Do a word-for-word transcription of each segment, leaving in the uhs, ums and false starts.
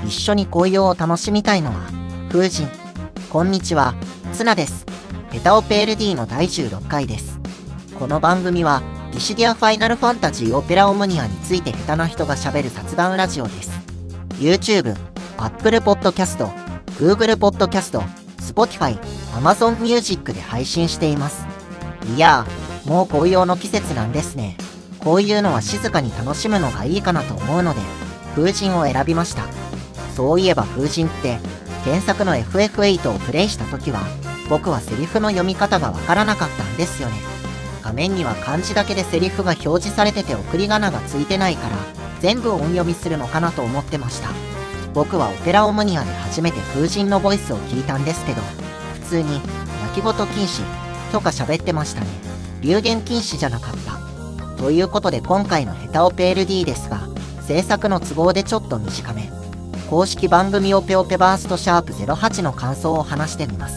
一緒に紅葉を楽しみたいのは風神。こんにちは、ツナです。ヘタオ ピーエルディー のだいじゅうろっかいです。この番組はディシディアファイナルファンタジーオペラオムニアについて下手な人がしゃべる雑談ラジオです。 YouTube、Apple Podcast、Google Podcast、Spotify、Amazon Music で配信しています。いやー、もう紅葉の季節なんですね。こういうのは静かに楽しむのがいいかなと思うので風神を選びました。そういえば風神って原作の エフエフエイト をプレイした時は僕はセリフの読み方がわからなかったんですよね。画面には漢字だけでセリフが表示されてて送り仮名がついてないから全部音読みするのかなと思ってました。僕はオペラオムニアで初めて風神のボイスを聞いたんですけど、普通に泣き言禁止とか喋ってましたね。流言禁止じゃなかった。ということで今回のヘタオ ピーエルディー ですが、制作の都合でちょっと短め。公式番組オペオペバーストシャープゼロはちの感想を話してみます。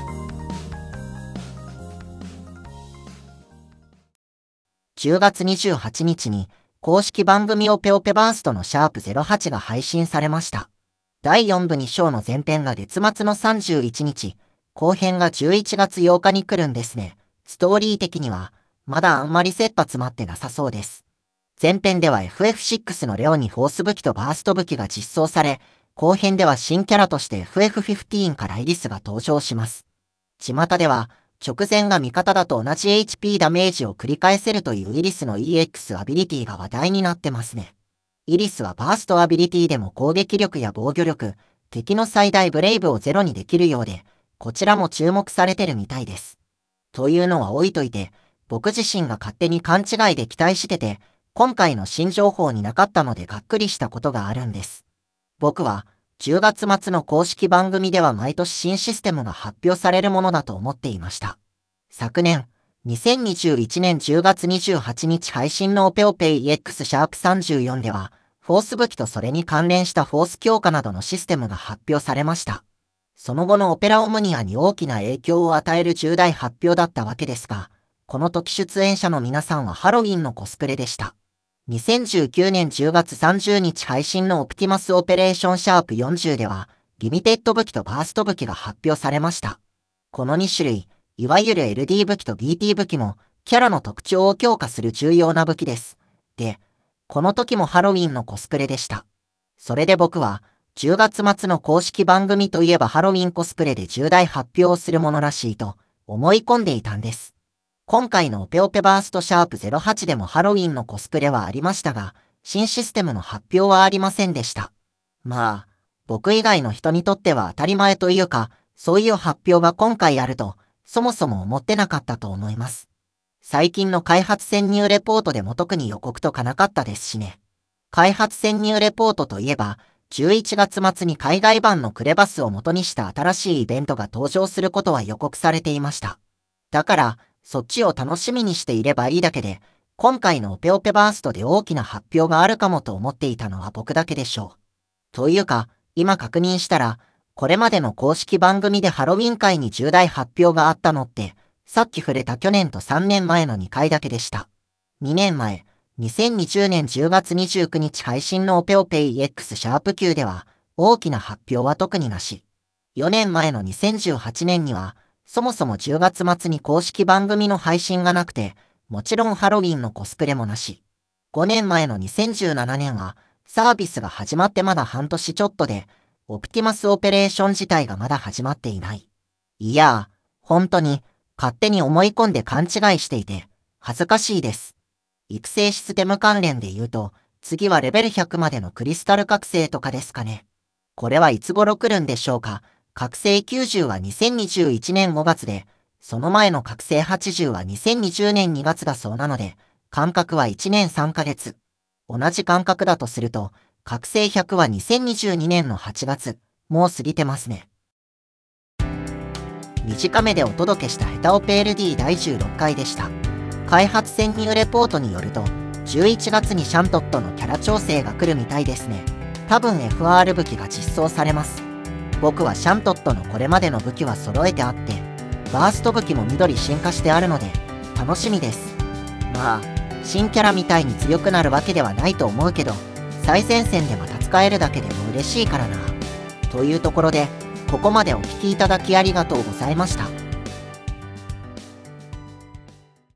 じゅうがつにじゅうはちにちに公式番組オペオペバーストのシャープゼロはちが配信されました。だいよんぶに章の前編が月末のさんじゅういちにち、後編がじゅういちがつようかに来るんですね。ストーリー的にはまだあんまり切羽詰まってなさそうです。前編では エフエフシックス のレオにフォース武器とバースト武器が実装され、後編では新キャラとして エフエフじゅうご からイリスが登場します。巷では直前が味方だと同じ エイチピー ダメージを繰り返せるというイリスの イーエックス アビリティが話題になってますね。イリスはバーストアビリティでも攻撃力や防御力、敵の最大ブレイブをゼロにできるようで、こちらも注目されてるみたいです。というのは置いといて、僕自身が勝手に勘違いで期待してて、今回の新情報になかったのでがっくりしたことがあるんです。僕はじゅうがつ末の公式番組では毎年新システムが発表されるものだと思っていました。昨年、にせんにじゅういちねんじゅうがつにじゅうはちにち配信のオペオペ イーエックス シャープさんじゅうよんでは、フォース武器とそれに関連したフォース強化などのシステムが発表されました。その後のオペラオムニアに大きな影響を与える重大発表だったわけですが、この時出演者の皆さんはハロウィンのコスプレでした。にせんじゅうきゅうねんじゅうがつさんじゅうにち配信のオプティマスオペレーションシャープよんじゅうでは、リミテッド武器とバースト武器が発表されました。このにしゅるい、いわゆる エルディー 武器と ビーティー 武器も、キャラの特徴を強化する重要な武器です。で、この時もハロウィンのコスプレでした。それで僕は、じゅうがつ末の公式番組といえばハロウィンコスプレで重大発表をするものらしいと思い込んでいたんです。今回のオペオペバーストシャープゼロはちでもハロウィンのコスプレはありましたが、新システムの発表はありませんでした。まあ、僕以外の人にとっては当たり前というか、そういう発表が今回あると、そもそも思ってなかったと思います。最近の開発潜入レポートでも特に予告とかなかったですしね。開発潜入レポートといえば、じゅういちがつ末に海外版のクレバスを元にした新しいイベントが登場することは予告されていました。だから、そっちを楽しみにしていればいいだけで、今回のオペオペバーストで大きな発表があるかもと思っていたのは僕だけでしょう。というか、今確認したら、これまでの公式番組でハロウィン会に重大発表があったのって、さっき触れた去年とさんねんまえのにかいだけでした。にねんまえ、にせんにじゅうねんじゅうがつにじゅうくにち配信のオペオペ イーエックス シャープきゅうでは、大きな発表は特になし。よねんまえのにせんじゅうはちねんには、そもそもじゅうがつ末に公式番組の配信がなくて、もちろんハロウィンのコスプレもなし。ごねんまえのにせんじゅうななねんは、サービスが始まってまだ半年ちょっとで、オプティマスオペレーション自体がまだ始まっていない。いやー、本当に、勝手に思い込んで勘違いしていて、恥ずかしいです。育成システム関連で言うと、次はレベルひゃくまでのクリスタル覚醒とかですかね。これはいつ頃来るんでしょうか。覚醒きゅうじゅうはにせんにじゅういちねんごがつで、その前の覚醒はちじゅうはにせんにじゅうねんにがつだそうなので、間隔はいちねんさんかげつ。同じ間隔だとすると、覚醒ひゃくはにせんにじゅうにねんのはちがつ、もう過ぎてますね。短めでお届けしたヘタオ ピーエルディー だいじゅうろっかいでした。開発潜入レポートによると、じゅういちがつにシャントットのキャラ調整が来るみたいですね。多分 エフアール 武器が実装されます。僕はシャントットのこれまでの武器は揃えてあって、バースト武器も緑進化してあるので、楽しみです。まあ、新キャラみたいに強くなるわけではないと思うけど、最前線でまた使えるだけでも嬉しいからな。というところで、ここまでお聞きいただきありがとうございました。